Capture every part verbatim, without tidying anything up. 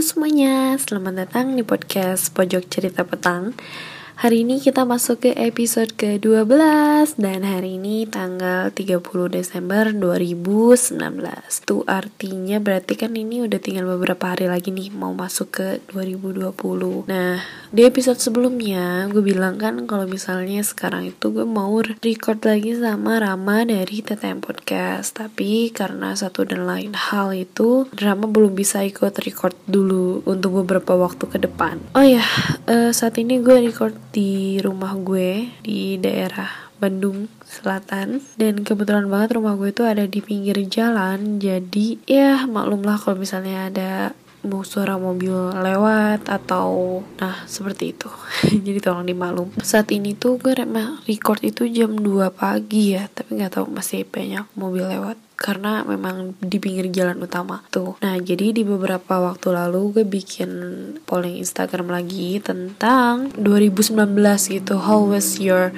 semuanya, selamat datang di podcast Pojok Cerita Petang. Hari ini kita masuk ke episode ke dua belas dan hari ini tanggal tiga puluh Desember dua ribu sembilan belas. Itu artinya berarti kan ini udah tinggal beberapa hari lagi nih mau masuk ke dua ribu dua puluh. Nah, di episode sebelumnya gue bilang kan kalau misalnya sekarang itu gue mau record lagi sama Rama dari T T M Podcast. Tapi karena satu dan lain hal itu Rama belum bisa ikut record dulu untuk beberapa waktu ke depan. Oh ya, uh, saat ini gue record di rumah gue di daerah Bandung Selatan, dan kebetulan banget rumah gue itu ada di pinggir jalan. Jadi ya maklumlah kalau misalnya ada mau suara mobil lewat atau nah seperti itu. Jadi tolong dimaklum. Saat ini tuh gue record itu jam dua pagi ya, tapi nggak tahu masih banyak mobil lewat karena memang di pinggir jalan utama tuh. Nah, jadi di beberapa waktu lalu gue bikin polling Instagram lagi tentang dua ribu sembilan belas gitu. How was your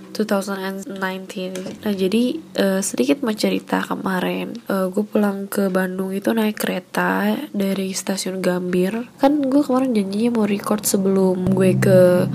twenty nineteen? Nah, jadi uh, sedikit mau cerita kemarin uh, gue pulang ke Bandung itu naik kereta dari stasiun Gambir. Kan gue kemarin janjinya mau record sebelum gue ke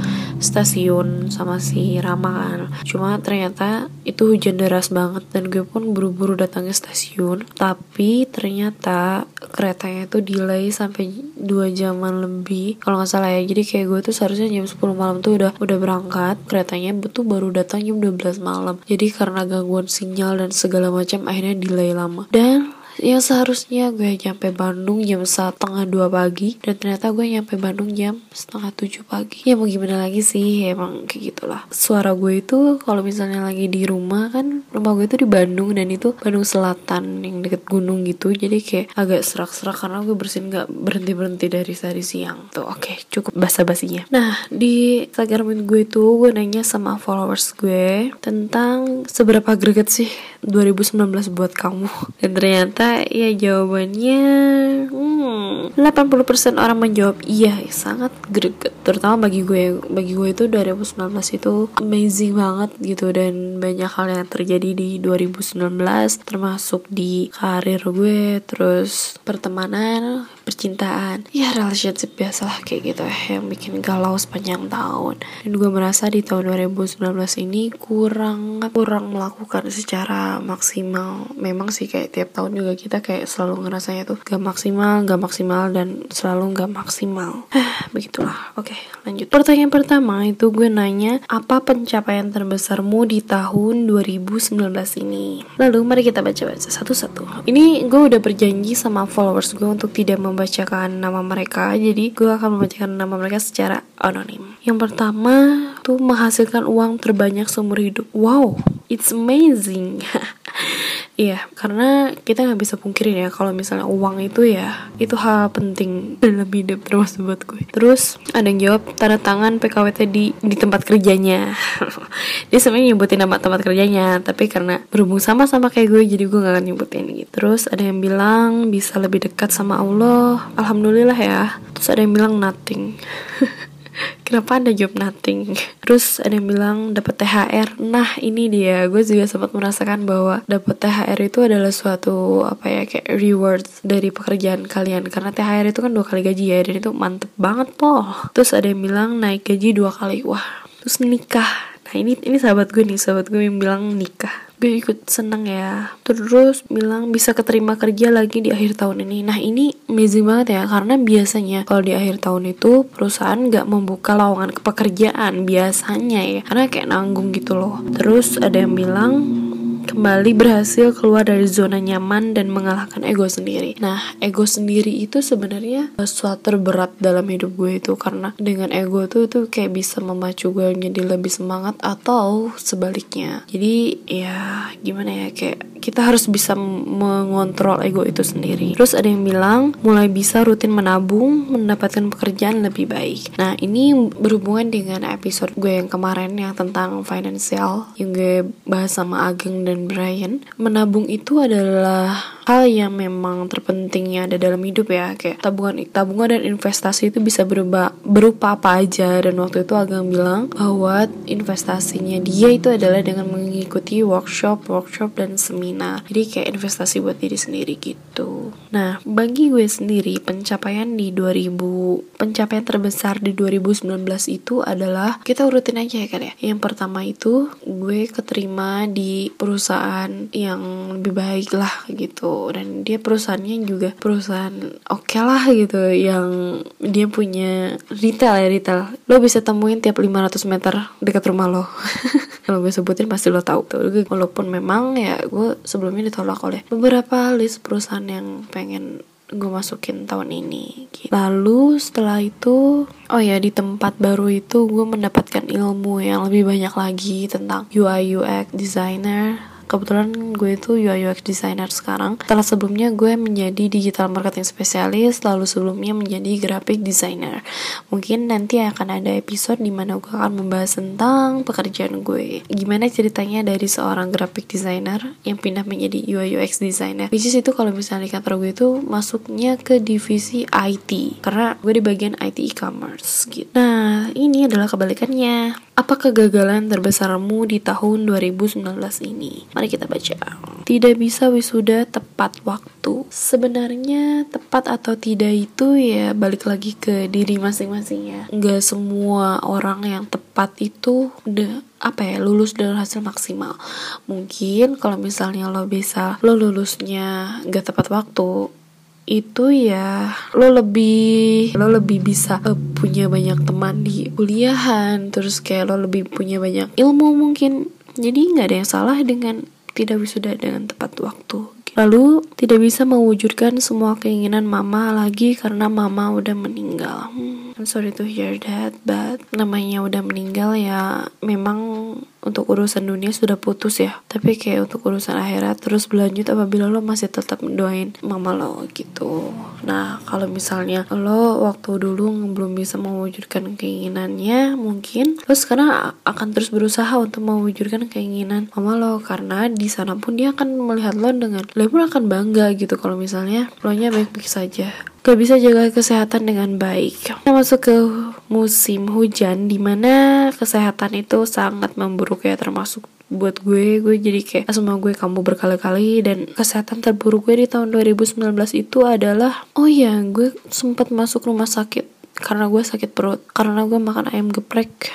stasiun sama si Rama kan. Cuma ternyata itu hujan deras banget dan gue pun buru-buru datang ke stasiun. Tapi ternyata keretanya itu delay sampai dua jaman lebih kalau nggak salah ya. Jadi kayak gue tuh seharusnya jam sepuluh malam tuh udah udah berangkat, keretanya betul baru datang jam dua belas malam. Jadi karena gangguan sinyal dan segala macam akhirnya delay lama. Dan yang seharusnya gue nyampe Bandung jam setengah dua pagi dan ternyata gue nyampe Bandung jam setengah tujuh pagi. Ya mau gimana lagi sih, emang kayak gitulah. Suara gue itu kalau misalnya lagi di rumah kan, rumah gue itu di Bandung dan itu Bandung Selatan yang deket gunung gitu. Jadi kayak agak serak-serak karena gue bersin gak berhenti-berhenti dari tadi siang. Tuh oke, okay, cukup basa-basinya. Nah, di Instagram gue itu gue nanya sama followers gue tentang seberapa greget sih dua ribu sembilan belas buat kamu. Dan ternyata ya jawabannya hmm, delapan puluh persen orang menjawab iya, sangat greget. Terutama bagi gue, bagi gue itu dua ribu sembilan belas itu amazing banget gitu. Dan banyak hal yang terjadi di dua ribu sembilan belas, termasuk di karir gue, terus pertemanan, percintaan, ya relationship biasalah kayak gitu ya, yang bikin galau sepanjang tahun. Dan gue merasa di tahun dua ribu sembilan belas ini kurang kurang melakukan secara maksimal. Memang sih kayak tiap tahun juga kita kayak selalu ngerasanya tuh gak maksimal, gak maksimal, dan selalu gak maksimal. Begitulah. Oke, lanjut. Pertanyaan pertama itu gue nanya, apa pencapaian terbesarmu di tahun dua ribu sembilan belas ini? Lalu mari kita baca-baca satu-satu. Ini gue udah berjanji sama followers gue untuk tidak membacakan nama mereka, jadi gue akan membacakan nama mereka secara anonim. Yang pertama tuh menghasilkan uang terbanyak seumur hidup. Wow, it's amazing. Iya, karena kita nggak bisa pungkirin ya kalau misalnya uang itu ya itu hal penting dalam hidup, termasuk buat gue. Terus ada yang jawab tanda tangan P K W T di di tempat kerjanya. Dia sebenarnya nyebutin nama tempat kerjanya, tapi karena berhubung sama-sama kayak gue jadi gue nggak akan nyebutin gitu. Terus ada yang bilang bisa lebih dekat sama Allah, alhamdulillah ya. Terus ada yang bilang nothing. Kenapa Anda jawab nothing? Terus ada yang bilang dapat T H R. Nah, ini dia. Gue juga sempat merasakan bahwa dapat T H R itu adalah suatu apa ya kayak rewards dari pekerjaan kalian. Karena T H R itu kan dua kali gaji ya, dan itu mantep banget Pol. Terus ada yang bilang naik gaji dua kali. Wah, terus nikah. Nah, ini ini sahabat gue nih, sahabat gue yang bilang nikah. Gue ikut seneng ya. Terus bilang bisa keterima kerja lagi di akhir tahun ini. Nah, ini amazing banget ya, karena biasanya kalau di akhir tahun itu perusahaan gak membuka lowongan pekerjaan biasanya ya, karena kayak nanggung gitu loh. Terus ada yang bilang kembali berhasil keluar dari zona nyaman dan mengalahkan ego sendiri. Nah, ego sendiri itu sebenarnya sesuatu terberat dalam hidup gue itu, karena dengan ego tuh itu kayak bisa memacu gue jadi lebih semangat atau sebaliknya. Jadi ya gimana ya, kayak kita harus bisa mengontrol ego itu sendiri. Terus ada yang bilang mulai bisa rutin menabung, mendapatkan pekerjaan lebih baik. Nah, ini berhubungan dengan episode gue yang kemarin yang tentang financial yang gue bahas sama Ageng dan Brian. Menabung itu adalah hal yang memang terpentingnya ada dalam hidup ya, kayak tabungan tabungan dan investasi itu bisa berupa berupa apa aja. Dan waktu itu Ageng bilang bahwa investasinya dia itu adalah dengan mengikuti workshop workshop dan seminar, jadi kayak investasi buat diri sendiri gitu. Nah, bagi gue sendiri pencapaian di dua ribu pencapaian terbesar di dua ribu sembilan belas itu adalah, kita urutin aja ya kan ya. Yang pertama itu gue keterima di perusahaan yang lebih baik lah gitu, dan dia perusahaannya juga perusahaan oke okay lah gitu, yang dia punya retail ya retail lo bisa temuin tiap lima ratus meter dekat rumah lo. Kalau gue sebutin pasti lo tahu tuh. Walaupun memang ya gue sebelumnya ditolak oleh beberapa list perusahaan yang pengen gue masukin tahun ini gitu. Lalu setelah itu, oh ya, di tempat baru itu gue mendapatkan ilmu yang lebih banyak lagi tentang U I U X designer. Kebetulan gue itu U I U X designer sekarang. Setelah sebelumnya gue menjadi digital marketing spesialis, lalu sebelumnya menjadi graphic designer. Mungkin nanti akan ada episode di mana gue akan membahas tentang pekerjaan gue. Gimana ceritanya dari seorang graphic designer yang pindah menjadi U I U X designer. Which is itu kalau misalnya di kantor gue itu masuknya ke divisi I T, karena gue di bagian I T e-commerce gitu. Nah, ini adalah kebalikannya. Apa kegagalan terbesarmu di tahun dua ribu sembilan belas ini? Mari kita baca. Tidak bisa wisuda tepat waktu. Sebenarnya tepat atau tidak itu ya balik lagi ke diri masing-masing ya. Nggak semua orang yang tepat itu udah apa ya lulus dengan hasil maksimal. Mungkin kalau misalnya lo bisa lo lulusnya nggak tepat waktu, itu ya lo lebih lo lebih bisa uh, punya banyak teman di kuliahan, terus kayak lo lebih punya banyak ilmu mungkin. Jadi nggak ada yang salah dengan tidak wisuda dengan tepat waktu. Lalu tidak bisa mewujudkan semua keinginan mama lagi karena mama udah meninggal. hmm, I'm sorry to hear that, but namanya udah meninggal ya memang untuk urusan dunia sudah putus ya, tapi kayak untuk urusan akhirat terus berlanjut apabila lo masih tetap mendoain mama lo gitu. Nah, kalau misalnya lo waktu dulu belum bisa mewujudkan keinginannya, mungkin lo sekarang akan terus berusaha untuk mewujudkan keinginan mama lo, karena di sana pun dia akan melihat lo dengan lo pun akan bangga gitu kalau misalnya lo nya baik-baik saja. Gak bisa jaga kesehatan dengan baik. Kita masuk ke musim hujan, dimana kesehatan itu sangat memburuk ya, termasuk buat gue. Gue jadi kayak asma gue kambuh berkali-kali, dan kesehatan terburuk gue di tahun dua ribu sembilan belas itu adalah, oh ya, gue sempat masuk rumah sakit karena gue sakit perut, karena gue makan ayam geprek.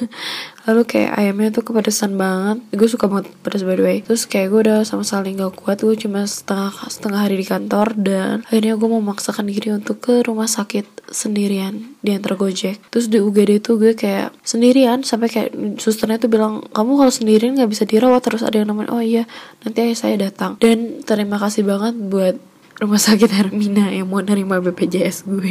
Lalu kayak ayamnya tuh kepedesan banget. Gue suka banget pedas by the way. Terus kayak gue udah sama sekali gak kuat. Gue cuma setengah setengah hari di kantor, dan akhirnya gue memaksakan diri untuk ke rumah sakit sendirian di antar Gojek. Terus di U G D tuh gue kayak sendirian, sampai kayak susternya tuh bilang, kamu kalau sendirian gak bisa dirawat. Terus ada yang namanya, oh iya nanti ayah saya datang. Dan terima kasih banget buat rumah sakit Hermina yang mau nerima B P J S gue.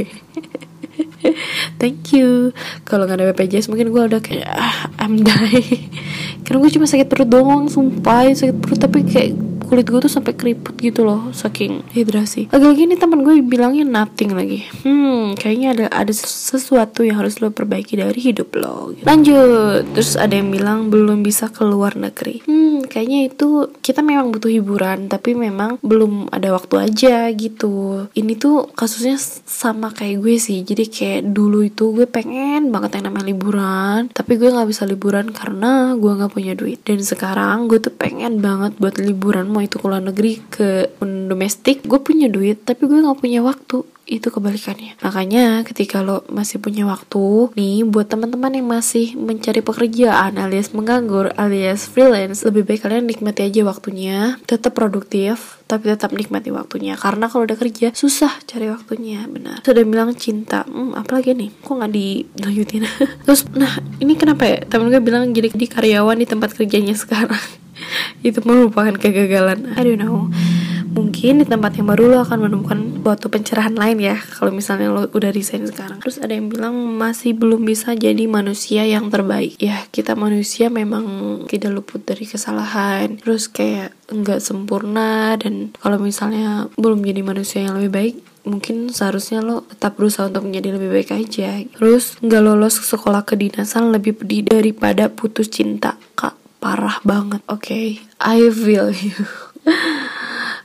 Thank you. Kalau nggak ada B P J S mungkin gue udah kayak ah, I'm die. Karena gue cuma sakit perut doang, sumpah sakit perut, tapi kayak kulit gue tuh sampai keriput gitu loh, saking hidrasi. Lagi-lagi ini teman gue bilangnya nothing lagi. Hmm, kayaknya ada ada sesuatu yang harus lo perbaiki dari hidup lo. Gitu. Lanjut. Terus ada yang bilang belum bisa ke luar negeri. Hmm, kayaknya itu kita memang butuh hiburan, tapi memang belum ada waktu aja gitu. Ini tuh kasusnya sama kayak gue sih. Jadi kayak dulu itu gue pengen banget yang namanya liburan, tapi gue nggak bisa liburan karena gue nggak punya duit. Dan sekarang gue tuh pengen banget buat liburan, mau itu ke luar negeri ke domestik, gue punya duit tapi gue gak punya waktu. Itu kebalikannya. Makanya ketika lo masih punya waktu nih, buat teman-teman yang masih mencari pekerjaan alias menganggur alias freelance, lebih baik kalian nikmati aja waktunya, tetap produktif tapi tetap nikmati waktunya, karena kalau udah kerja susah cari waktunya. Benar. Sudah bilang cinta, hmm, apalagi nih kok nggak dilanjutin. Terus nah ini kenapa ya temen gue bilang jadi di karyawan di tempat kerjanya sekarang itu merupakan kegagalan. I don't know. Mungkin di tempat yang baru lo akan menemukan suatu pencerahan lain ya, kalau misalnya lo udah resign sekarang. Terus ada yang bilang masih belum bisa jadi manusia yang terbaik. Ya, kita manusia memang tidak luput dari kesalahan, terus kayak nggak sempurna. Dan kalau misalnya belum jadi manusia yang lebih baik, mungkin seharusnya lo tetap berusaha untuk menjadi lebih baik aja. Terus nggak lolos sekolah kedinasan lebih pedih daripada putus cinta. Kak, parah banget. Oke, okay, I feel you.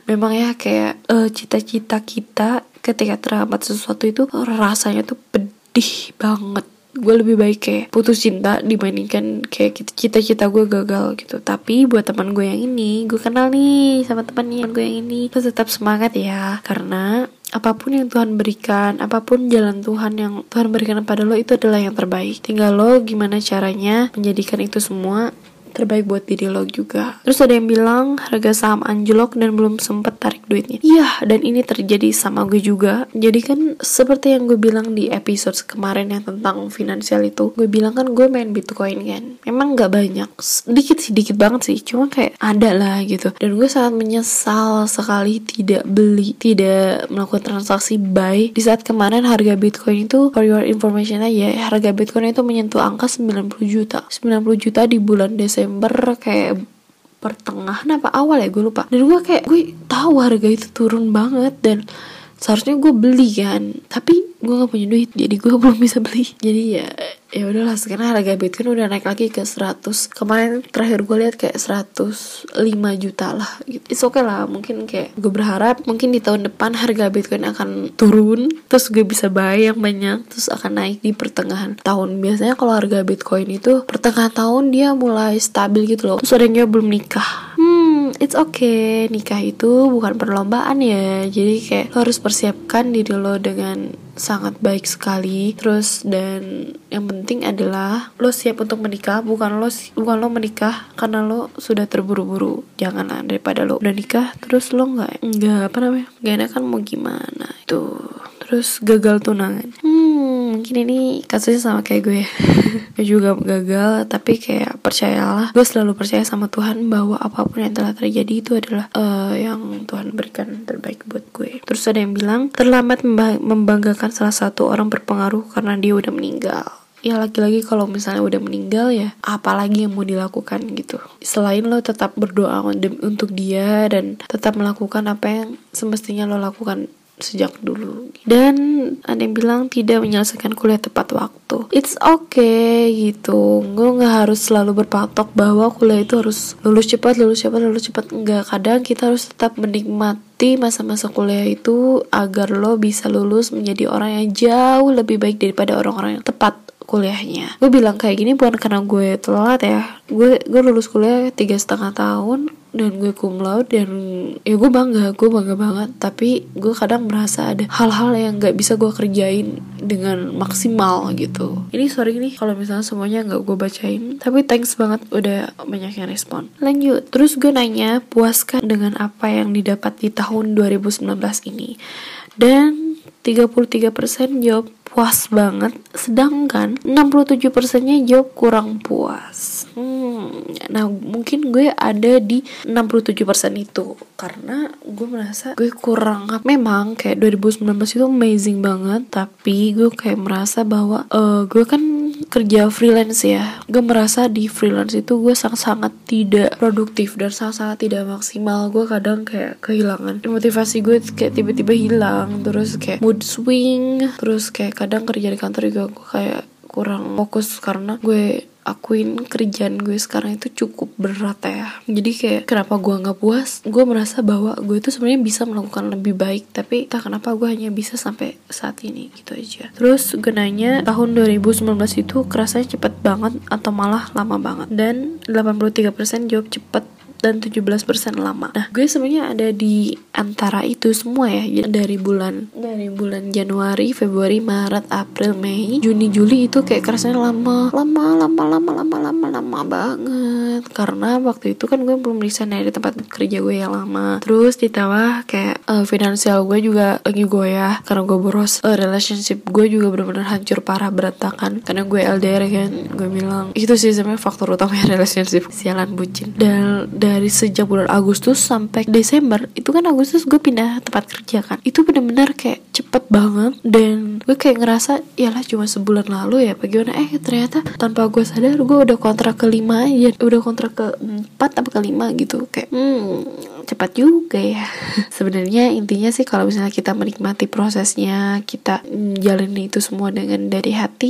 memang ya kayak uh, cita-cita kita ketika terhambat sesuatu itu rasanya tuh pedih banget. Gue lebih baik kayak putus cinta dibandingkan kayak cita-cita gue gagal gitu. Tapi buat teman gue yang ini, gue kenal nih sama temannya gue yang ini, lo tetap semangat ya, karena apapun yang Tuhan berikan, apapun jalan Tuhan yang Tuhan berikan pada lo itu adalah yang terbaik. Tinggal lo gimana caranya menjadikan itu semua terbaik buat diri lo juga. Terus ada yang bilang harga saham anjlok dan belum sempet tarik duitnya. Iya, dan ini terjadi sama gue juga. Jadi kan seperti yang gue bilang di episode kemarin yang tentang finansial itu, gue bilang kan gue main Bitcoin kan. Emang gak banyak, sedikit sih, dikit banget sih, cuma kayak ada lah gitu. Dan gue sangat menyesal sekali tidak beli, tidak melakukan transaksi buy di saat kemarin harga Bitcoin itu, for your information aja, harga Bitcoin itu menyentuh angka sembilan puluh juta. sembilan puluh juta di bulan Desember kayak pertengahan apa awal ya, gue lupa. Dan gue kayak gue tahu harga itu turun banget dan seharusnya gue beli kan, tapi gue gak punya duit, jadi gue belum bisa beli. Jadi ya ya udahlah, sekarang harga Bitcoin udah naik lagi ke seratus. Kemarin terakhir gue lihat kayak seratus lima juta lah gitu. It's okay lah, mungkin kayak gue berharap mungkin di tahun depan harga Bitcoin akan turun, terus gue bisa buy yang banyak, terus akan naik di pertengahan tahun. Biasanya kalau harga Bitcoin itu pertengahan tahun dia mulai stabil gitu loh. Terus ada yang belum nikah, hmm it's okay, nikah itu bukan perlombaan ya. Jadi kayak lo harus persiapkan diri lo dengan sangat baik sekali. Terus dan yang penting adalah lo siap untuk menikah, bukan lo bukan lo menikah karena lo sudah terburu-buru. Janganlah, daripada lo udah nikah terus lo nggak nggak apa namanya nggak enak kan, mau gimana itu, terus gagal tunangan. Hmm mungkin ini kasusnya sama kayak gue ya. Gue juga gagal, tapi kayak percayalah, gue selalu percaya sama Tuhan bahwa apapun yang telah terjadi itu adalah uh, yang Tuhan berikan terbaik buat gue. Terus ada yang bilang terlambat membanggakan salah satu orang berpengaruh karena dia udah meninggal. Ya lagi-lagi kalau misalnya udah meninggal ya apalagi yang mau dilakukan gitu, selain lo tetap berdoa untuk dia dan tetap melakukan apa yang semestinya lo lakukan sejak dulu. Dan ada yang bilang tidak menyelesaikan kuliah tepat waktu. It's okay gitu. Gue gak harus selalu berpatok bahwa kuliah itu harus lulus cepat, lulus cepat, lulus cepat. Enggak, kadang kita harus tetap menikmati masa-masa kuliah itu agar lo bisa lulus menjadi orang yang jauh lebih baik daripada orang-orang yang tepat kuliahnya. Gue bilang kayak gini bukan karena gue telat ya. Gue gue lulus kuliah tiga setengah tahun dan gue cum laude, dan ya gue bangga, gue bangga banget. Tapi gue kadang merasa ada hal-hal yang nggak bisa gue kerjain dengan maksimal gitu. Ini sorry nih kalau misalnya semuanya nggak gue bacain, tapi thanks banget udah banyak yang respon. Lanjut, terus gue nanya puaskah dengan apa yang didapat di tahun dua ribu sembilan belas ini, dan tiga puluh tiga persen jawab puas banget, sedangkan enam puluh tujuh persennya jawab kurang puas. Hmm, nah mungkin gue ada di enam puluh tujuh persen itu karena gue merasa gue kurang. Memang kayak dua ribu sembilan belas itu amazing banget, tapi gue kayak merasa bahwa uh, gue kan kerja freelance ya. Gue merasa di freelance itu gue sangat-sangat tidak produktif dan sangat-sangat tidak maksimal. Gue kadang kayak kehilangan motivasi gue, kayak tiba-tiba hilang, terus kayak mood swing, terus kayak kadang kerja di kantor juga gue kayak kurang fokus karena gue akuin kerjaan gue sekarang itu cukup berat ya. Jadi kayak kenapa gue nggak puas? Gue merasa bahwa gue itu sebenarnya bisa melakukan lebih baik, tapi entah kenapa gue hanya bisa sampai saat ini gitu aja. Terus gue nanya tahun dua ribu sembilan belas itu kerasanya cepet banget atau malah lama banget, dan delapan puluh tiga persen jawab cepet dan tujuh belas persen lama. Nah, gue sebenarnya ada di antara itu semua ya. Jadi dari bulan dari bulan Januari, Februari, Maret, April, Mei, Juni, Juli itu kayak kerasanya lama, lama, lama, lama, lama, lama, lama banget. Karena waktu itu kan gue belum resign dari tempat kerja gue yang lama. Terus ditambah kayak uh, finansial gue juga lagi goyah karena gue boros. Uh, relationship gue juga benar-benar hancur parah, berantakan karena gue L D R kan. Gue bilang itu sih sebenarnya faktor utamanya relationship. Sialan, bucin. Dan dari sejak bulan Agustus sampai Desember, itu kan Agustus gue pindah tempat kerja kan, itu benar-benar kayak cepet banget. Dan gue kayak ngerasa yalah cuma sebulan lalu ya bagaimana, eh ternyata tanpa gue sadar gue udah kontrak kelima aja, udah kontrak keempat apa kelima gitu. Kayak hmm cepat juga ya. Sebenarnya intinya sih kalau misalnya kita menikmati prosesnya, kita jalani itu semua dengan dari hati,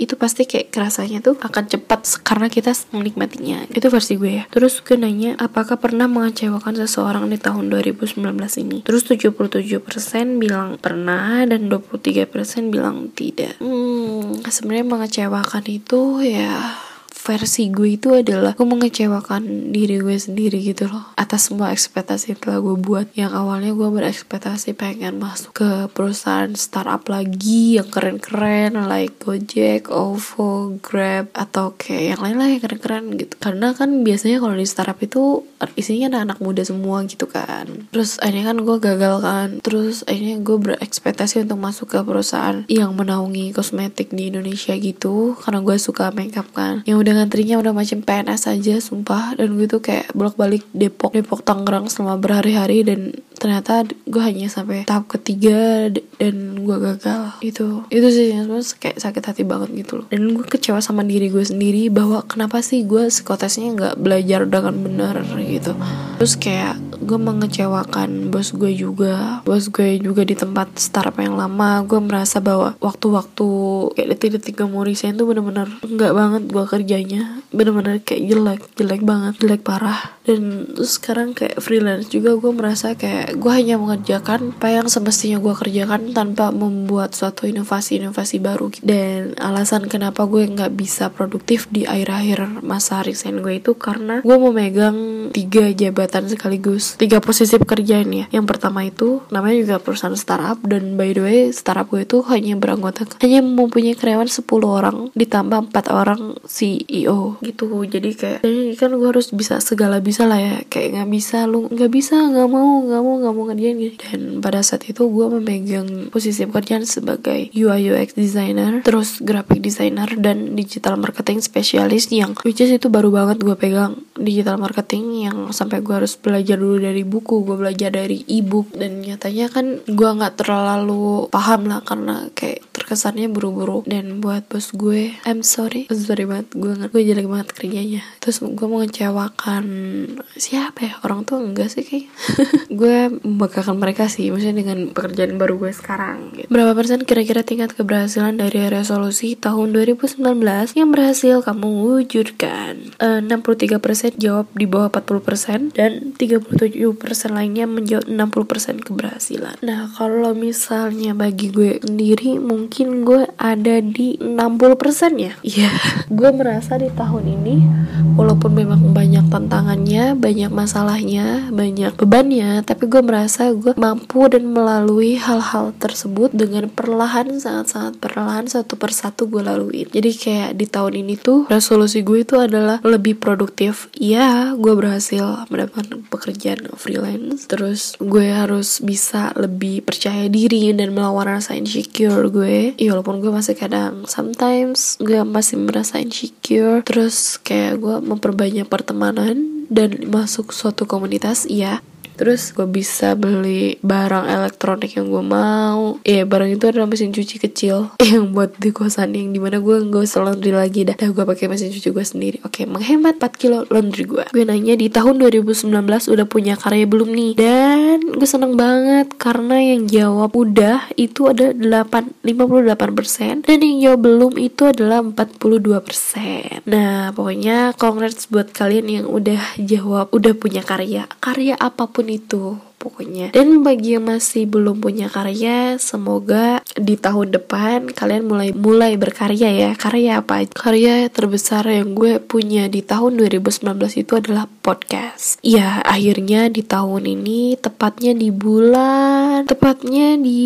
itu pasti kayak kerasanya tuh akan cepat karena kita menikmatinya. Itu versi gue ya. Terus gue nanya, apakah pernah mengecewakan seseorang di tahun dua ribu sembilan belas ini? Terus tujuh puluh tujuh persen bilang pernah dan dua puluh tiga persen bilang tidak. Hmm, sebenarnya mengecewakan itu ya versi gue itu adalah gue mengecewakan diri gue sendiri gitu loh atas semua ekspektasi yang telah gue buat. Yang awalnya gue berekspektasi pengen masuk ke perusahaan startup lagi yang keren-keren like Gojek, OVO, Grab, atau kayak yang lain lah yang keren-keren gitu. Karena kan biasanya kalau di startup itu isinya anak-anak muda semua gitu kan. Terus akhirnya kan gue gagal kan. Terus akhirnya gue berekspektasi untuk masuk ke perusahaan yang menaungi kosmetik di Indonesia gitu, karena gue suka makeup kan. Yang udah ngantrinya udah macam P N S aja sumpah. Dan gue tuh kayak bolak-balik Depok Depok Tangerang selama berhari-hari, dan ternyata gue hanya sampai tahap ketiga dan gue gagal. Itu itu sih yang sebenarnya kayak sakit hati banget gitu loh. Dan gue kecewa sama diri gue sendiri bahwa kenapa sih gue psikotesnya nggak belajar dengan benar gitu. Terus kayak gue mengecewakan bos gue juga bos gue juga di tempat startup yang lama. Gue merasa bahwa waktu-waktu kayak detik-detik gue mau resign tuh bener-bener nggak banget gue kerjanya, bener-bener kayak jelek jelek banget, jelek parah. Dan terus sekarang kayak freelance juga gue merasa kayak gue hanya mengerjakan apa yang semestinya gue kerjakan tanpa membuat suatu inovasi-inovasi baru gitu. Dan alasan kenapa gue nggak bisa produktif di akhir-akhir masa resign gue itu karena gue memegang tiga jabatan sekaligus, tiga posisi pekerjaan ya. Yang pertama itu namanya juga perusahaan startup, dan by the way startup gue itu hanya beranggotakan hanya mempunyai karyawan sepuluh orang ditambah empat orang C E O gitu. Jadi kayak jadi kan gue harus bisa segala bisa lah ya, kayak nggak bisa lu nggak bisa nggak mau nggak mau nggak mau ngerjain gitu. Dan pada saat itu gue memegang posisi pekerjaan sebagai U I U X designer, terus graphic designer, dan digital marketing specialist, yang which is itu baru banget gue pegang digital marketing, yang sampai gue harus belajar dulu dari buku, gue belajar dari ebook. Dan nyatanya kan gue nggak terlalu paham lah karena kayak terkesannya buru-buru. Dan buat bos gue, I'm sorry I'm sorry banget, gue gue jelek banget kerjanya. Terus gue mengecewakan siapa ya, orang tua enggak sih kayak gue membanggakan mereka sih, maksudnya dengan pekerjaan baru gue sekarang gitu. Berapa persen kira-kira tingkat keberhasilan dari resolusi tahun dua ribu sembilan belas yang berhasil kamu wujudkan? uh, enam puluh tiga persen jawab di bawah empat puluh persen, dan tiga puluh tujuh persen lainnya menjawab enam puluh persen keberhasilan. Nah kalau misalnya bagi gue sendiri mungkin gue ada di enam puluh persen ya. Iya yeah. Gue merasa di tahun ini walaupun memang banyak tantangannya, banyak masalahnya, banyak bebannya, tapi gue merasa gue mampu dan melalui hal-hal tersebut dengan perlahan, sangat-sangat perlahan, satu persatu gue laluin. Jadi kayak di tahun ini tuh resolusi gue itu adalah lebih produktif. Iya, gue berhasil mendapatkan pekerjaan freelance. Terus gue harus bisa lebih percaya diri dan melawan rasa insecure gue. Ya walaupun gue masih kadang sometimes gue masih merasa insecure. Terus kayak gue memperbanyak pertemanan dan masuk suatu komunitas, iya. Terus gue bisa beli barang elektronik yang gue mau. Eh barang itu adalah mesin cuci kecil yang buat di kosan, yang dimana gue gak usah laundry lagi dah. Dah gue pakai mesin cuci gue sendiri. Oke, menghemat empat kilo laundry gue. Gue nanya di tahun dua ribu sembilan belas udah punya karya belum nih? Dan gue seneng banget karena yang jawab udah itu ada delapan, lima puluh delapan persen, dan yang jawab belum itu adalah empat puluh dua persen. Nah pokoknya congrats buat kalian yang udah jawab udah punya karya. Karya apapun itu pokoknya. Dan bagi yang masih belum punya karya, semoga di tahun depan kalian mulai mulai berkarya ya. Karya apa? Karya terbesar yang gue punya di tahun dua ribu sembilan belas itu adalah podcast. Ya, akhirnya di tahun ini, tepatnya di bulan tepatnya di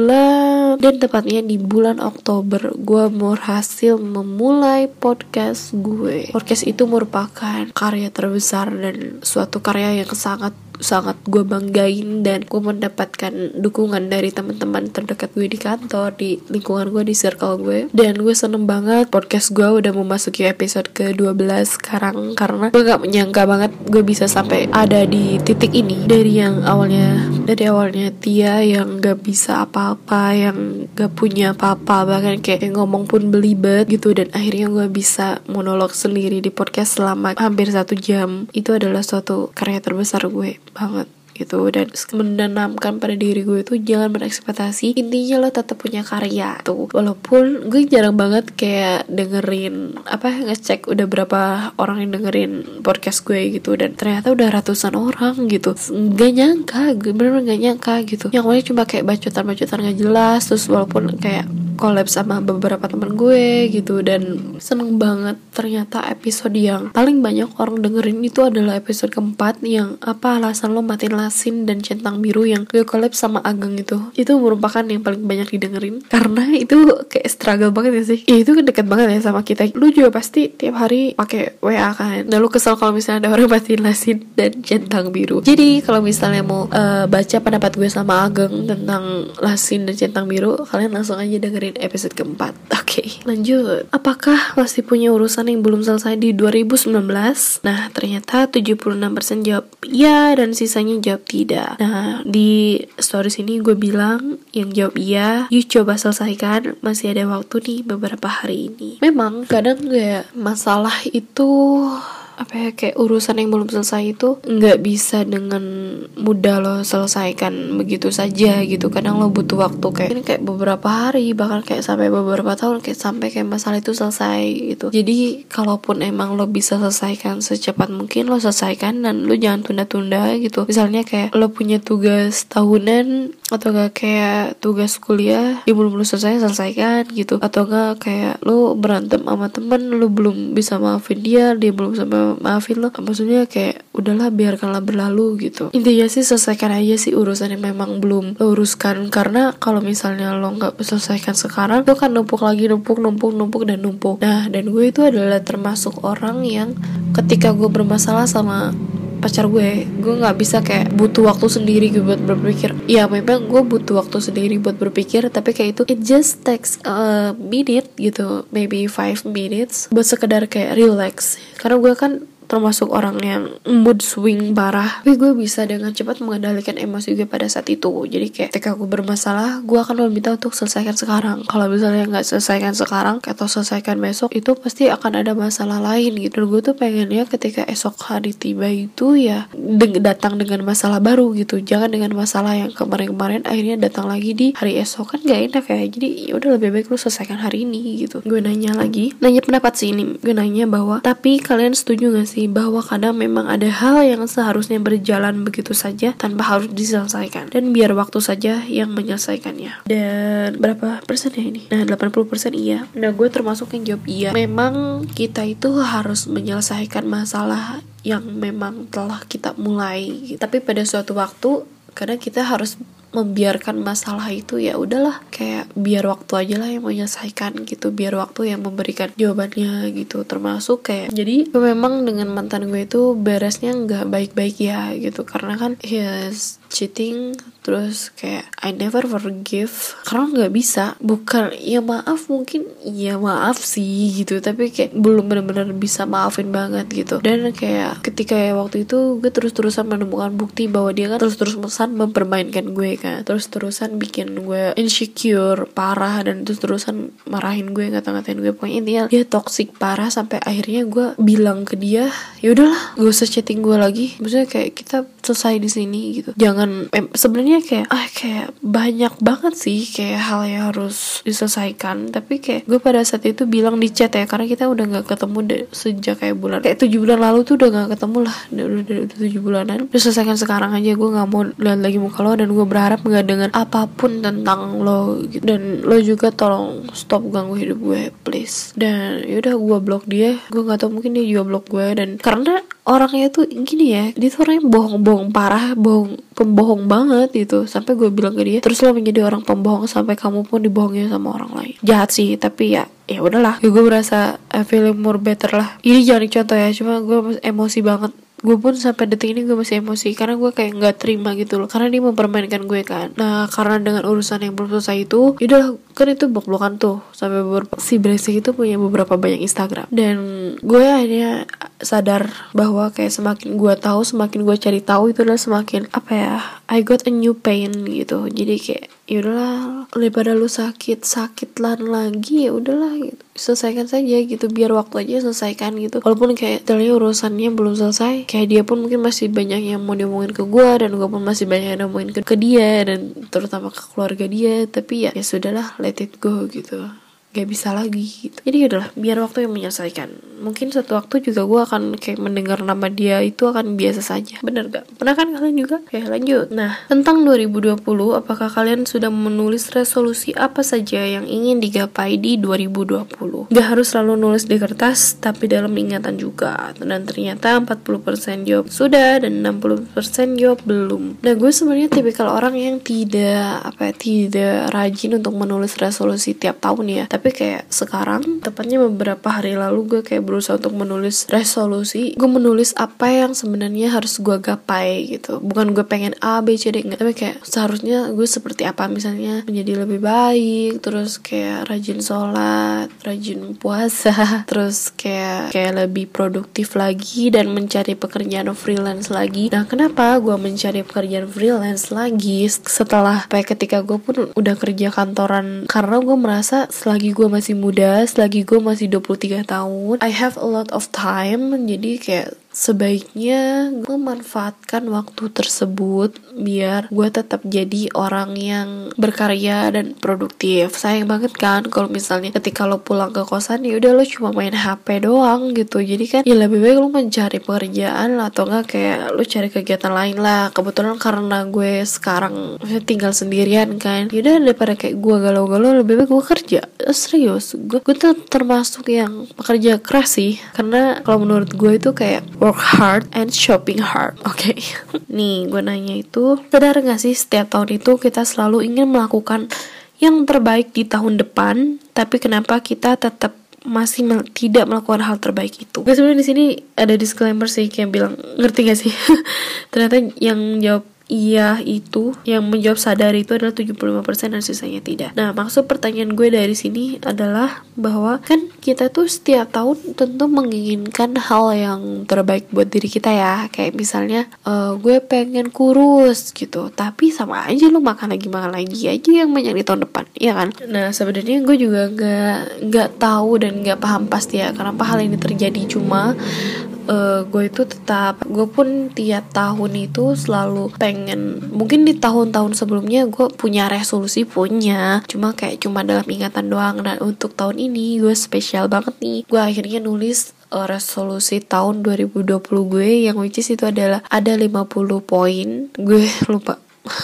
bulan dan tepatnya di bulan Oktober, gue berhasil memulai podcast gue. Podcast itu merupakan karya terbesar dan suatu karya yang sangat sangat gue banggain, dan gue mendapatkan dukungan dari teman-teman terdekat gue di kantor, di lingkungan gue, di circle gue. Dan gue seneng banget podcast gue udah memasuki episode ke dua belas sekarang, karena gue gak menyangka banget gue bisa sampai ada di titik ini. Dari yang awalnya dari awalnya Tia yang gak bisa apa-apa, yang gak punya apa-apa, bahkan kayak ngomong pun belibet gitu, dan akhirnya gue bisa monolog sendiri di podcast selama hampir satu jam. Itu adalah suatu karya terbesar gue banget. gitu, dan menanamkan pada diri gue itu jangan berekspektasi, intinya lo tetap punya karya tuh. Walaupun gue jarang banget kayak dengerin apa ngecek udah berapa orang yang dengerin podcast gue gitu, dan ternyata udah ratusan orang gitu. Gak nyangka, gue bener-bener gak nyangka gitu. Yang awalnya cuma kayak bacotan-bacotan gak jelas, terus walaupun kayak collab sama beberapa teman gue gitu, dan seneng banget ternyata episode yang paling banyak orang dengerin itu adalah episode keempat yang apa alasan lo matiin lasin dan centang biru yang gue collab sama Ageng itu. Itu merupakan yang paling banyak didengerin karena itu kayak struggle banget ya sih. Ya, itu kan deket banget ya sama kita. Lu juga pasti tiap hari pakai W A kan. Nah lu kesel kalau misalnya ada orang matiin lasin dan centang biru. Jadi kalau misalnya mau uh, baca pendapat gue sama Ageng tentang lasin dan centang biru, kalian langsung aja dengerin episode keempat. Oke, okay, lanjut. Apakah masih punya urusan yang belum selesai di dua ribu sembilan belas? Nah, ternyata tujuh puluh enam persen jawab iya dan sisanya jawab tidak. Nah, di stories ini gue bilang yang jawab iya, yuk coba selesaikan, masih ada waktu nih beberapa hari ini. Memang kadang kayak masalah itu apa ya, kayak urusan yang belum selesai itu nggak bisa dengan mudah lo selesaikan begitu saja gitu. Kadang lo butuh waktu kayak ini kayak beberapa hari, bahkan kayak sampai beberapa tahun, kayak sampai kayak masalah itu selesai gitu. Jadi kalaupun emang lo bisa selesaikan secepat mungkin, lo selesaikan dan lo jangan tunda-tunda gitu. Misalnya kayak lo punya tugas tahunan atau gak kayak tugas kuliah yang belum lo selesai, selesaikan gitu. Atau gak kayak lo berantem sama temen, lo belum bisa maafin dia, dia belum sama maafin lo, maksudnya kayak udahlah biarkanlah berlalu gitu. Intinya sih selesaikan aja sih urusan yang memang belum lo uruskan, karena kalau misalnya lo nggak selesaikan sekarang, lo kan numpuk lagi, numpuk numpuk numpuk dan numpuk. Nah, dan gue itu adalah termasuk orang yang ketika gue bermasalah sama pacar gue, gue nggak bisa kayak butuh waktu sendiri gue buat berpikir. Ya memang gue butuh waktu sendiri buat berpikir, tapi kayak itu it just takes a minute gitu, maybe five minutes buat sekedar kayak relax. Karena gue kan termasuk orang yang mood swing parah, tapi gue bisa dengan cepat mengendalikan emosi gue pada saat itu. Jadi kayak ketika gue bermasalah, gue akan meminta untuk selesaikan sekarang. Kalau misalnya nggak selesaikan sekarang atau selesaikan besok, itu pasti akan ada masalah lain gitu. Dan gue tuh pengennya ketika esok hari tiba itu ya de- datang dengan masalah baru gitu, jangan dengan masalah yang kemarin-kemarin akhirnya datang lagi di hari esok, kan gak enak ya. Jadi ya udah lebih baik lu selesaikan hari ini gitu. Gue nanya lagi, nanya pendapat sih ini. Gue nanya bahwa tapi kalian setuju gak sih bahwa kadang memang ada hal yang seharusnya berjalan begitu saja tanpa harus diselesaikan, dan biar waktu saja yang menyelesaikannya. Dan berapa persen ya ini? Nah, delapan puluh persen iya. Nah, gue termasuk yang jawab iya. Memang kita itu harus menyelesaikan masalah yang memang telah kita mulai, tapi pada suatu waktu kadang kita harus membiarkan masalah itu, ya udahlah kayak biar waktu aja lah yang menyelesaikan gitu, biar waktu yang memberikan jawabannya gitu. Termasuk kayak jadi memang dengan mantan gue itu beresnya nggak baik-baik ya gitu, karena kan he's cheating, terus kayak I never forgive karena nggak bisa, bukan ya maaf, mungkin ya maaf sih gitu, tapi kayak belum benar-benar bisa maafin banget gitu. Dan kayak ketika ya waktu itu gue terus-terusan menemukan bukti bahwa dia kan terus-terusan mempermainkan gue kan, terus-terusan bikin gue insecure parah, dan terus-terusan marahin gue, ngata-ngatain gue, pokoknya intinya dia toxic parah. Sampai akhirnya gue bilang ke dia, ya udahlah gak usah chatting gue lagi, maksudnya kayak kita selesai di sini gitu. Jangan eh, sebenarnya kayak ah kayak banyak banget sih kayak hal yang harus diselesaikan, tapi kayak gue pada saat itu bilang di chat ya, karena kita udah nggak ketemu deh, sejak kayak bulan kayak tujuh bulan lalu tuh udah nggak ketemu lah, udah udah, udah, udah tujuh bulanan. Terus selesaikan sekarang aja, gue nggak mau lihat lagi muka lo, dan gue berharap nggak dengar apapun tentang lo gitu. Dan lo juga tolong stop ganggu hidup gue please. Dan yaudah gue blok dia. Gue nggak tahu, mungkin dia juga blok gue, dan karena orangnya tuh gini ya, dia tuh orangnya bohong-bohong parah, bohong pembohong banget gitu. Sampai gue bilang ke dia, terus lo menjadi orang pembohong sampai kamu pun dibohongin sama orang lain. Jahat sih, tapi ya ya udahlah, ya gue merasa I feel more better lah. Ini jangan dicontoh ya, cuma gue emosi banget. Gue pun sampai detik ini gue masih emosi, karena gue kayak nggak terima gitu loh, karena dia mempermainkan gue kan. Nah, karena dengan urusan yang belum selesai itu, yaudah kan itu blok-blokan tuh. Sampai beberapa si brengsek itu punya beberapa banyak Instagram, dan gue akhirnya sadar bahwa kayak semakin gue tahu, semakin gue cari tahu, itu adalah semakin apa ya, I got a new pain gitu. Jadi kayak yaudahlah, daripada lu sakit sakitan lagi, ya udahlah gitu, selesaikan saja gitu, biar waktu aja selesaikan gitu. Walaupun kayak ternyata urusannya belum selesai, kayak dia pun mungkin masih banyak yang mau diomongin ke gue, dan gue pun masih banyak yang ngomongin ke, ke dia, dan terutama ke keluarga dia. Tapi ya ya sudahlah, let it go gitu, gak bisa lagi gitu. Jadi yaudah, biar waktu yang menyelesaikan. Mungkin suatu waktu juga gue akan kayak mendengar nama dia itu akan biasa saja. Bener gak? Pernah kan kalian juga? Oke, lanjut. Nah, tentang dua ribu dua puluh, apakah kalian sudah menulis resolusi apa saja yang ingin digapai di dua ribu dua puluh? Gak harus selalu nulis di kertas, tapi dalam ingatan juga. Dan ternyata empat puluh persen jawab sudah dan enam puluh persen jawab belum. Nah, gue sebenarnya tipikal orang yang tidak apa ya, tidak rajin untuk menulis resolusi tiap tahun ya. Tapi kayak sekarang, tepatnya beberapa hari lalu, gue kayak berusaha untuk menulis resolusi. Gue menulis apa yang sebenarnya harus gue gapai gitu. Bukan gue pengen A, B, C, D, enggak. Tapi kayak seharusnya gue seperti apa, misalnya menjadi lebih baik, terus kayak rajin sholat, rajin puasa, terus kayak kayak lebih produktif lagi, dan mencari pekerjaan freelance lagi. Nah, kenapa gue mencari pekerjaan freelance lagi setelah kayak ketika gue pun udah kerja kantoran? Karena gue merasa selagi gue masih muda, selagi gue masih dua puluh tiga tahun, I have a lot of time. Jadi kayak sebaiknya gue manfaatkan waktu tersebut biar gue tetap jadi orang yang berkarya dan produktif. Sayang banget kan kalau misalnya ketika lo pulang ke kosan, ya udah lo cuma main H P doang gitu. Jadi kan ya lebih baik lo mencari pekerjaan lah, atau enggak kayak lo cari kegiatan lain lah. Kebetulan karena gue sekarang tinggal sendirian kan, ya udah daripada kayak gue galau-galau, lebih baik gue kerja. Serius, gue gue tuh termasuk yang pekerja keras sih, karena kalau menurut gue itu kayak work hard and shopping hard. Oke, okay. Nih gue nanya itu, sadar gak sih setiap tahun itu kita selalu ingin melakukan yang terbaik di tahun depan, tapi kenapa kita tetap masih mel- tidak melakukan hal terbaik itu? Gue sebenarnya di sini ada disclaimer sih, kayak bilang, ngerti gak sih? Ternyata yang jawab iya itu, yang menjawab sadar itu adalah tujuh puluh lima persen dan sisanya tidak. Nah, maksud pertanyaan gue dari sini adalah bahwa kan kita tuh setiap tahun tentu menginginkan hal yang terbaik buat diri kita ya. Kayak misalnya uh, gue pengen kurus gitu, tapi sama aja lu makan lagi makan lagi aja yang banyak di tahun depan, iya kan? Nah, sebenarnya gue juga gak, gak tahu dan gak paham pasti ya kenapa hal ini terjadi. Cuma Uh, gue itu tetap, gue pun tiap tahun itu selalu pengen, mungkin di tahun-tahun sebelumnya gue punya resolusi, punya, cuma kayak cuma dalam ingatan doang. Dan untuk tahun ini gue spesial banget nih, gue akhirnya nulis uh, resolusi tahun dua ribu dua puluh gue, yang which is itu adalah ada lima puluh poin. Gue lupa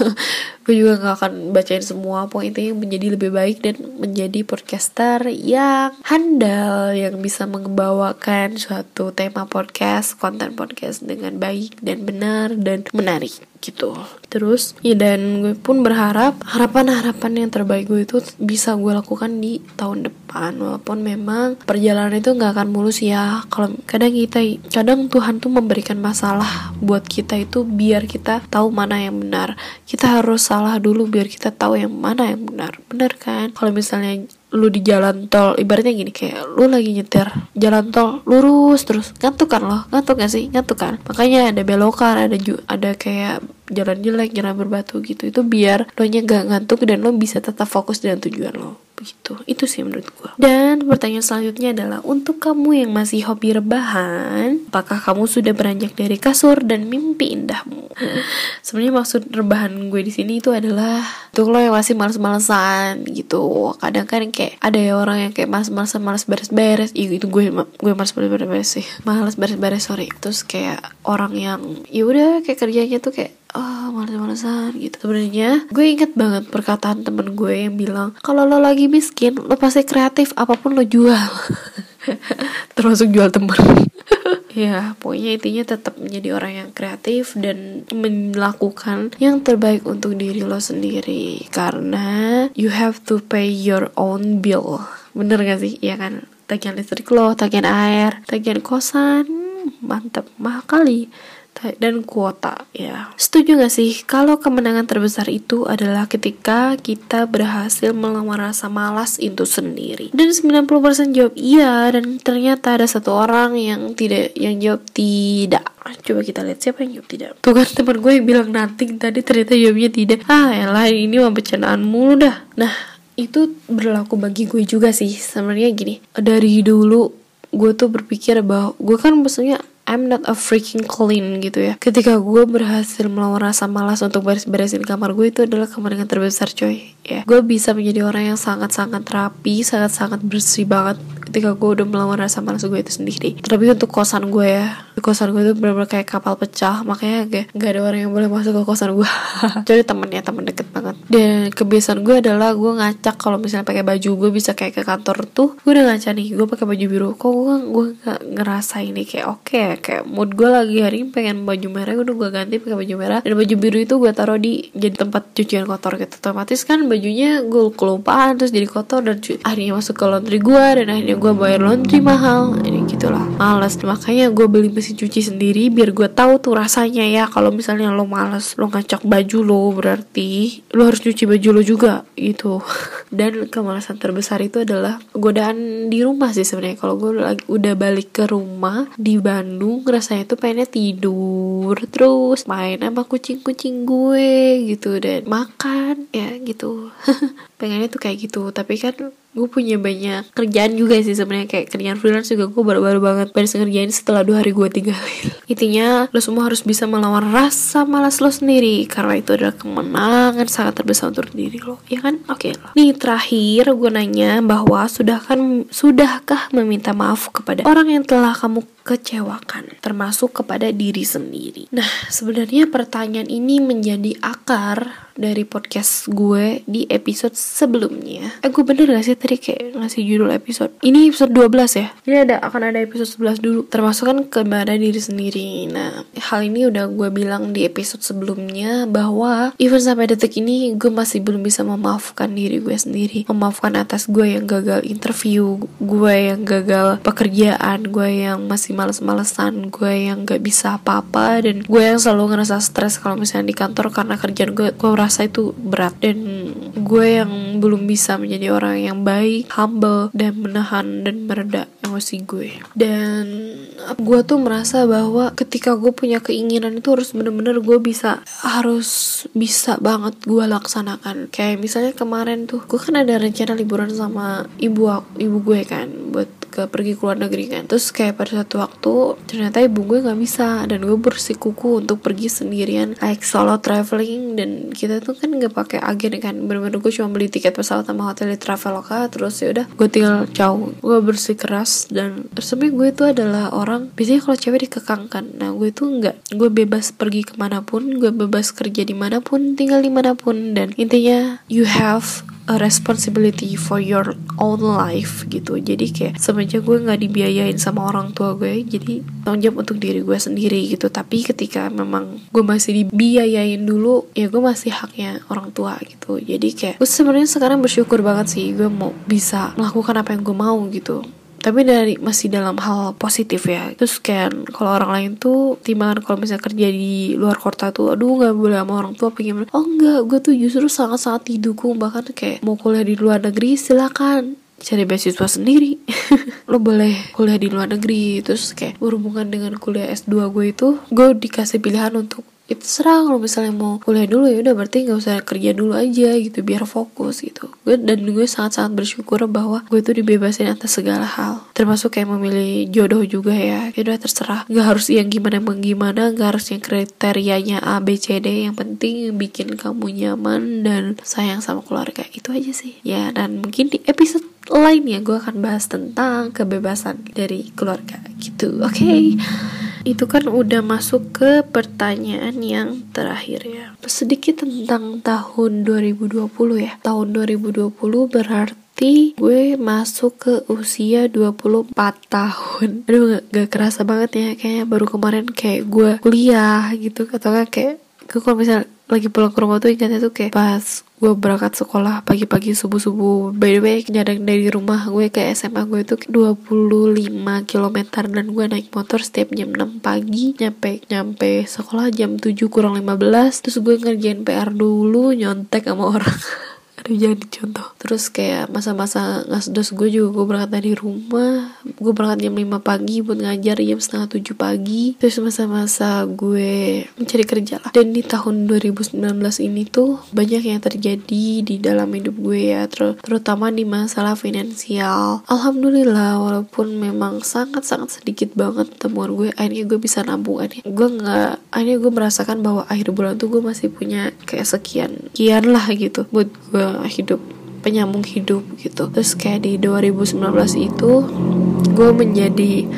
gue juga gak akan bacain semua. Pokoknya menjadi lebih baik dan menjadi podcaster yang handal, yang bisa membawakan suatu tema podcast, konten podcast dengan baik dan benar dan menarik gitu. Terus ya, dan gue pun berharap harapan-harapan yang terbaik gue itu bisa gue lakukan di tahun depan. Walaupun memang perjalanan itu gak akan mulus ya. Kalau kadang kita kadang Tuhan tuh memberikan masalah buat kita itu biar kita tahu mana yang benar. Kita harus salah dulu biar kita tahu yang mana yang benar. Benar kan? Kalau misalnya lu di jalan tol, ibaratnya gini, kayak lu lagi nyetir jalan tol lurus terus, ngantuk kan lo? Ngantuk gak sih? Ngantuk kan? Makanya ada belokan, ada ju- ada kayak jalan jelek, jalan berbatu gitu. Itu biar lo nya gak ngantuk dan lo bisa tetap fokus dengan tujuan lo. Begitu. Itu sih menurut gue. Dan pertanyaan selanjutnya adalah, untuk kamu yang masih hobi rebahan, apakah kamu sudah beranjak dari kasur dan mimpi indahmu? Sebenarnya maksud rebahan gue di sini itu adalah untuk lo yang masih males-malesan gitu. Kadang kan kayak ada ya orang yang kayak males-malesan, males beres-beres. Ih, itu gue gue males beres-beres sih. Males beres-beres, sorry. Terus kayak orang yang ya udah kayak kerjanya tuh kayak oh males-malesan gitu. Sebenarnya gue inget banget perkataan temen gue yang bilang, kalau lo lagi miskin, lo pasti kreatif, apapun lo jual. Termasuk jual temen. Ya, pokoknya intinya tetap menjadi orang yang kreatif dan melakukan yang terbaik untuk diri lo sendiri. Karena you have to pay your own bill. Bener gak sih? Ya kan? Tagihan listrik lo, tagihan air, tagihan kosan, mantep, mahal kali. dan kuota ya. Setuju gak sih kalau kemenangan terbesar itu adalah ketika kita berhasil melawan rasa malas itu sendiri? Dan sembilan puluh persen jawab iya, dan ternyata ada satu orang yang tidak, yang jawab tidak. Coba kita lihat siapa yang jawab tidak. Tuh kan teman gue yang bilang nothing tadi ternyata jawabnya tidak. Ah elah, ini mah bercandaan mulu dah. Nah itu berlaku bagi gue juga sih. Sebenarnya gini, dari dulu gue tuh berpikir bahwa gue kan maksudnya I'm not a freaking clean gitu ya. Ketika gue berhasil melawan rasa malas untuk beres-beresin kamar gue, itu adalah kemenangan terbesar coy ya. Gue bisa menjadi orang yang sangat-sangat rapi, sangat-sangat bersih banget ketika gue udah melawan rasa malas gue itu sendiri. Tapi untuk kosan gue ya, kosan gue itu benar-benar kayak kapal pecah, makanya gak, gak ada orang yang boleh masuk ke kosan gue. Jadi temennya temen deket banget. Dan kebiasaan gue adalah gue ngacak kalau misalnya pakai baju. Gue bisa kayak ke kantor tuh gue udah ngaca nih, gue pakai baju biru. Kok gue gue gak ngerasa ini kayak oke okay, kayak mood gue lagi hari ini pengen baju merah, udah gue ganti pakai baju merah, dan baju biru itu gue taruh di jadi tempat cucian kotor gitu. Otomatis kan bajunya gue kelupaan terus jadi kotor, dan cu- akhirnya masuk ke laundry gue, dan akhirnya gue bayar laundry mahal. Ini gitulah, males. Makanya gue beli mesin cuci sendiri biar gue tahu tuh rasanya ya. Kalau misalnya lo males, lo ngacak baju lo, berarti lo harus cuci baju lo juga gitu. Dan kemalasan terbesar itu adalah godaan di rumah sih sebenarnya. Kalau gue lagi udah balik ke rumah di Bandung, rasanya tuh pengennya tidur terus main sama kucing-kucing gue gitu dan makan ya gitu. Pengennya tuh kayak gitu, tapi kan gue punya banyak kerjaan juga sih sebenarnya. Kayak kerjaan freelance juga gue baru-baru banget baru ngerjain setelah dua hari gue tinggalin. Intinya lo semua harus bisa melawan rasa malas lo sendiri, karena itu adalah kemenangan sangat terbesar untuk diri lo, ya kan? Oke okay. Nih terakhir gue nanya bahwa sudah kan sudahkah meminta maaf kepada orang yang telah kamu kecewakan, termasuk kepada diri sendiri? Nah sebenarnya pertanyaan ini menjadi akar dari podcast gue di episode sebelumnya. Eh gue bener gak sih tadi kayak ngasih judul episode? Ini episode dua belas ya? Ini ada akan ada episode sebelas dulu, termasuk kan kepada diri sendiri. Nah hal ini udah gue bilang di episode sebelumnya, bahwa even sampai detik ini gue masih belum bisa memaafkan diri gue sendiri. Memaafkan atas gue yang gagal interview, gue yang gagal pekerjaan, gue yang masih males-malesan, gue yang gak bisa apa-apa, dan gue yang selalu ngerasa stres kalau misalnya di kantor karena kerjaan gue gue merasa itu berat, dan gue yang belum bisa menjadi orang yang baik, humble, dan menahan dan mereda emosi gue. Dan gue tuh merasa bahwa ketika gue punya keinginan itu harus bener-bener gue bisa, harus bisa banget gue laksanakan. Kayak misalnya kemarin tuh gue kan ada rencana liburan sama ibu ibu gue kan buat ke pergi ke luar negeri kan. Terus kayak pada satu waktu ternyata ibu gue nggak bisa, dan gue bersikukuh untuk pergi sendirian like solo traveling. Dan kita tuh kan nggak pakai agen kan, bener-bener gue cuma beli tiket pesawat sama hotel di Traveloka, terus ya udah gue tinggal jauh. Gue bersikeras, dan sebenarnya gue itu adalah orang biasanya kalau cewek dikekangkan. Nah gue tuh nggak, gue bebas pergi kemanapun, gue bebas kerja dimanapun, tinggal dimanapun, dan intinya you have a responsibility for your own life gitu. Jadi kayak semenjak gue nggak dibiayain sama orang tua gue, jadi tanggung jawab untuk diri gue sendiri gitu. Tapi ketika memang gue masih dibiayain dulu, ya gue masih haknya orang tua gitu. Jadi kayak gue sebenarnya sekarang bersyukur banget sih gue mau bisa melakukan apa yang gue mau gitu, tapi dari masih dalam hal positif ya. Terus kayak kalau orang lain tuh timbangan kalau misalnya kerja di luar kota tuh, aduh nggak boleh sama orang tua apa gimana. Oh enggak, gue tuh justru sangat-sangat didukung. Bahkan kayak mau kuliah di luar negeri silakan, cari beasiswa sendiri. Lo boleh kuliah di luar negeri. Terus kayak berhubungan dengan kuliah S dua gue itu, gue dikasih pilihan untuk itu serah, kalau misalnya mau kuliah dulu ya udah berarti nggak usah kerja dulu aja gitu biar fokus gitu. Gue dan gue sangat-sangat bersyukur bahwa gue tuh dibebasin atas segala hal, termasuk kayak memilih jodoh juga ya. Ya udah terserah, nggak harus yang gimana gimana, nggak harus yang kriterianya A B C D, yang penting bikin kamu nyaman dan sayang sama keluarga. Itu aja sih ya. Dan mungkin di episode lainnya gue akan bahas tentang kebebasan dari keluarga gitu. Oke okay. Itu kan udah masuk ke pertanyaan yang terakhir ya. Sedikit tentang tahun dua ribu dua puluh ya. Tahun dua ribu dua puluh berarti gue masuk ke usia dua puluh empat tahun. Aduh gak, gak kerasa banget ya. Kayaknya baru kemarin kayak gue kuliah gitu. Atau gak kayak gue kalau misalnya lagi pulang ke rumah tuh ingatnya tuh kayak pas gue berangkat sekolah pagi-pagi subuh-subuh. By the way, jarak dari rumah gue ke S M A gue itu dua puluh lima kilometer dan gue naik motor setiap jam enam pagi, nyampe nyampe sekolah jam tujuh kurang lima belas. Terus gue ngerjain P R dulu, nyontek sama orang. Aduh, jangan dicontoh. Terus kayak masa-masa ngasdos gue juga, gue berangkat dari rumah, gue berangkat jam lima pagi buat ngajar jam setengah tujuh pagi. Terus masa-masa gue mencari kerja lah. Dan di tahun dua ribu sembilan belas ini tuh banyak yang terjadi di dalam hidup gue ya, ter- terutama di masalah finansial. Alhamdulillah, walaupun memang sangat-sangat sedikit banget temuan gue, akhirnya gue bisa nabung. Akhirnya gue nggak, akhirnya gue merasakan bahwa akhir bulan tuh gue masih punya kayak sekian kian lah gitu buat gue hidup, penyambung hidup gitu. Terus kayak di dua ribu sembilan belas itu gue menjadi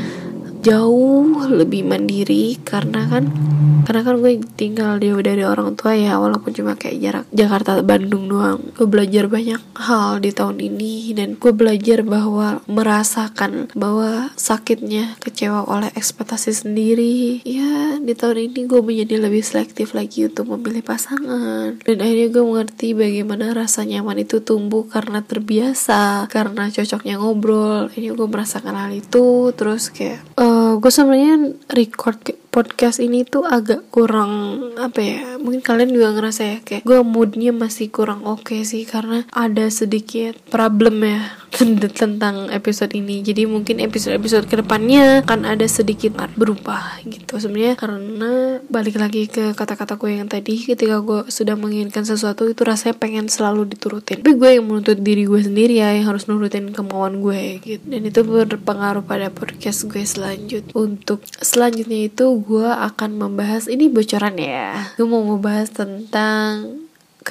jauh lebih mandiri karena kan karena kan gue tinggal jauh dari orang tua ya, walaupun cuma kayak jarak Jakarta Bandung doang. Gue belajar banyak hal di tahun ini dan gue belajar bahwa merasakan bahwa sakitnya kecewa oleh ekspektasi sendiri. Ya, di tahun ini gue menjadi lebih selektif lagi untuk memilih pasangan, dan akhirnya gue mengerti bagaimana rasa nyaman itu tumbuh karena terbiasa, karena cocoknya ngobrol. Akhirnya gue merasakan hal itu. Terus kayak uh, gue sebenarnya record podcast ini tuh agak kurang apa ya, mungkin kalian juga ngerasa ya kayak gue moodnya masih kurang oke okay sih, karena ada sedikit problem ya tentang episode ini. Jadi mungkin episode-episode kedepannya akan ada sedikit berubah gitu sebenarnya, karena balik lagi ke kata-kata gue yang tadi, ketika gue sudah menginginkan sesuatu itu rasanya pengen selalu diturutin, tapi gue yang menuntut diri gue sendiri ya yang harus nurutin kemauan gue gitu. Dan itu berpengaruh pada podcast gue selanjut. Untuk selanjutnya itu gue akan membahas, ini bocoran ya, gue mau membahas tentang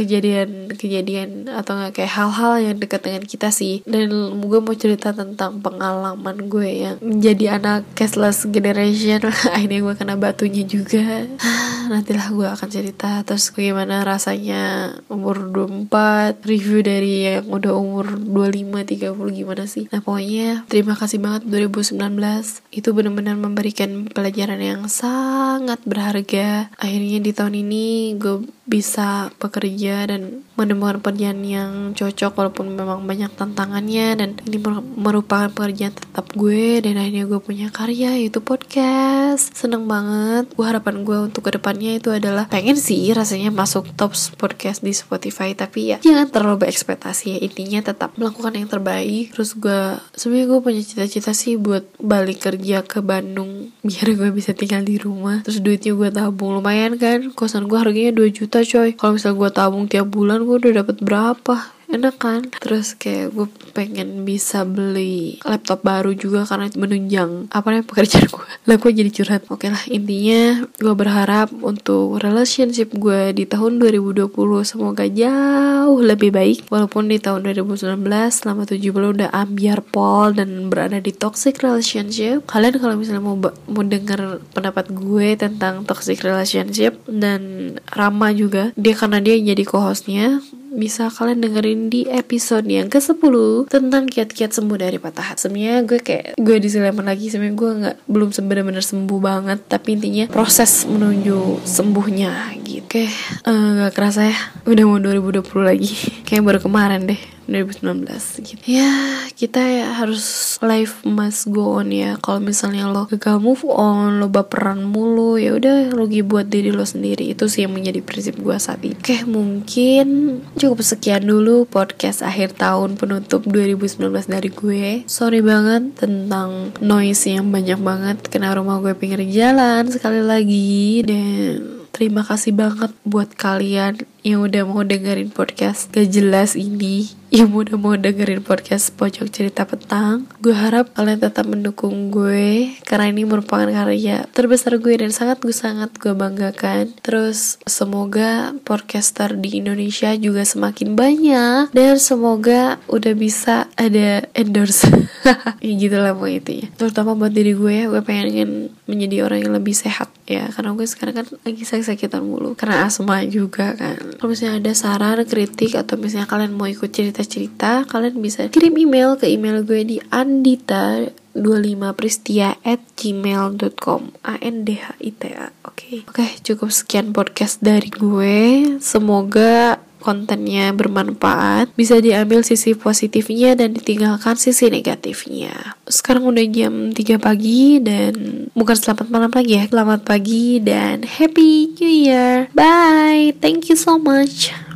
kejadian-kejadian atau nggak kayak hal-hal yang dekat dengan kita sih. Dan gue mau cerita tentang pengalaman gue yang menjadi anak cashless generation. Akhirnya gue kena batunya juga. Nantilah gue akan cerita. Terus bagaimana rasanya umur dua puluh empat, review dari yang udah umur dua puluh lima, tiga puluh gimana sih. Nah pokoknya terima kasih banget dua ribu sembilan belas. Itu benar-benar memberikan pelajaran yang sangat berharga. Akhirnya di tahun ini gue bisa bekerja dan menemukan pekerjaan yang cocok walaupun memang banyak tantangannya, dan ini merupakan pekerjaan tetap gue. Dan akhirnya gue punya karya, yaitu podcast. Seneng banget. Gue harapan gue untuk kedepannya itu adalah pengen sih rasanya masuk top podcast di Spotify, tapi ya jangan terlalu berekspektasi ya. Intinya tetap melakukan yang terbaik. Terus gue sebenarnya gue punya cita-cita sih buat balik kerja ke Bandung biar gue bisa tinggal di rumah. Terus duitnya gue tabung, lumayan kan, kosan gue harganya dua juta coy. Kalau misal gue tabung tiap bulan gue udah dapat berapa, enak kan. Terus kayak gue pengen bisa beli laptop baru juga karena menunjang apa namanya pekerjaan gue. Lah gue jadi curhat. Oke lah, intinya gue berharap untuk relationship gue di tahun dua ribu dua puluh semoga jauh lebih baik, walaupun di tahun dua ribu sembilan belas selama tujuh bulan udah ambiar pol dan berada di toxic relationship. Kalian kalau misalnya mau mau denger pendapat gue tentang toxic relationship dan Rama juga, dia karena dia jadi co-hostnya, bisa kalian dengerin di episode yang ke sepuluh tentang kiat-kiat sembuh dari patah hati. Sebenarnya gue kayak gue disclaimer lagi, sebenarnya gue nggak belum benar-benar sembuh banget, tapi intinya proses menuju sembuhnya gitu. Oke, uh, nggak kerasa ya udah mau dua ribu dua puluh lagi. Kayak baru kemarin deh dua ribu sembilan belas gitu. Ya kita ya harus life must go on ya. Kalau misalnya lo gagal move on, lo baperan mulu, ya udah lo buat diri lo sendiri. Itu sih yang menjadi prinsip gue saat ini. Oke, mungkin cukup sekian dulu podcast akhir tahun penutup dua ribu sembilan belas dari gue. Sorry banget tentang noise yang banyak banget karena rumah gue pinggir jalan sekali lagi. Dan terima kasih banget buat kalian yang udah mau dengerin podcast gak jelas ini, yang udah mau dengerin podcast Pojok Cerita Petang. Gue harap kalian tetap mendukung gue karena ini merupakan karya terbesar gue dan sangat gue sangat gue banggakan. Terus semoga podcaster di Indonesia juga semakin banyak dan semoga udah bisa ada endorse. Ya gitulah mau intinya. Terutama buat diri gue, gue pengen menjadi orang yang lebih sehat ya, karena gue sekarang kan lagi sakit-sakitan mulu karena asma juga kan. Kalau misalnya ada saran, kritik, atau misalnya kalian mau ikut cerita-cerita, kalian bisa kirim email ke email gue di andita dua lima pristia at gmail dot com. A N D H I T A. Oke. Oke, cukup sekian podcast dari gue. Semoga kontennya bermanfaat, bisa diambil sisi positifnya dan ditinggalkan sisi negatifnya. Sekarang udah jam tiga pagi dan bukan selamat malam lagi ya. Selamat pagi dan Happy New Year. Bye. Thank you so much.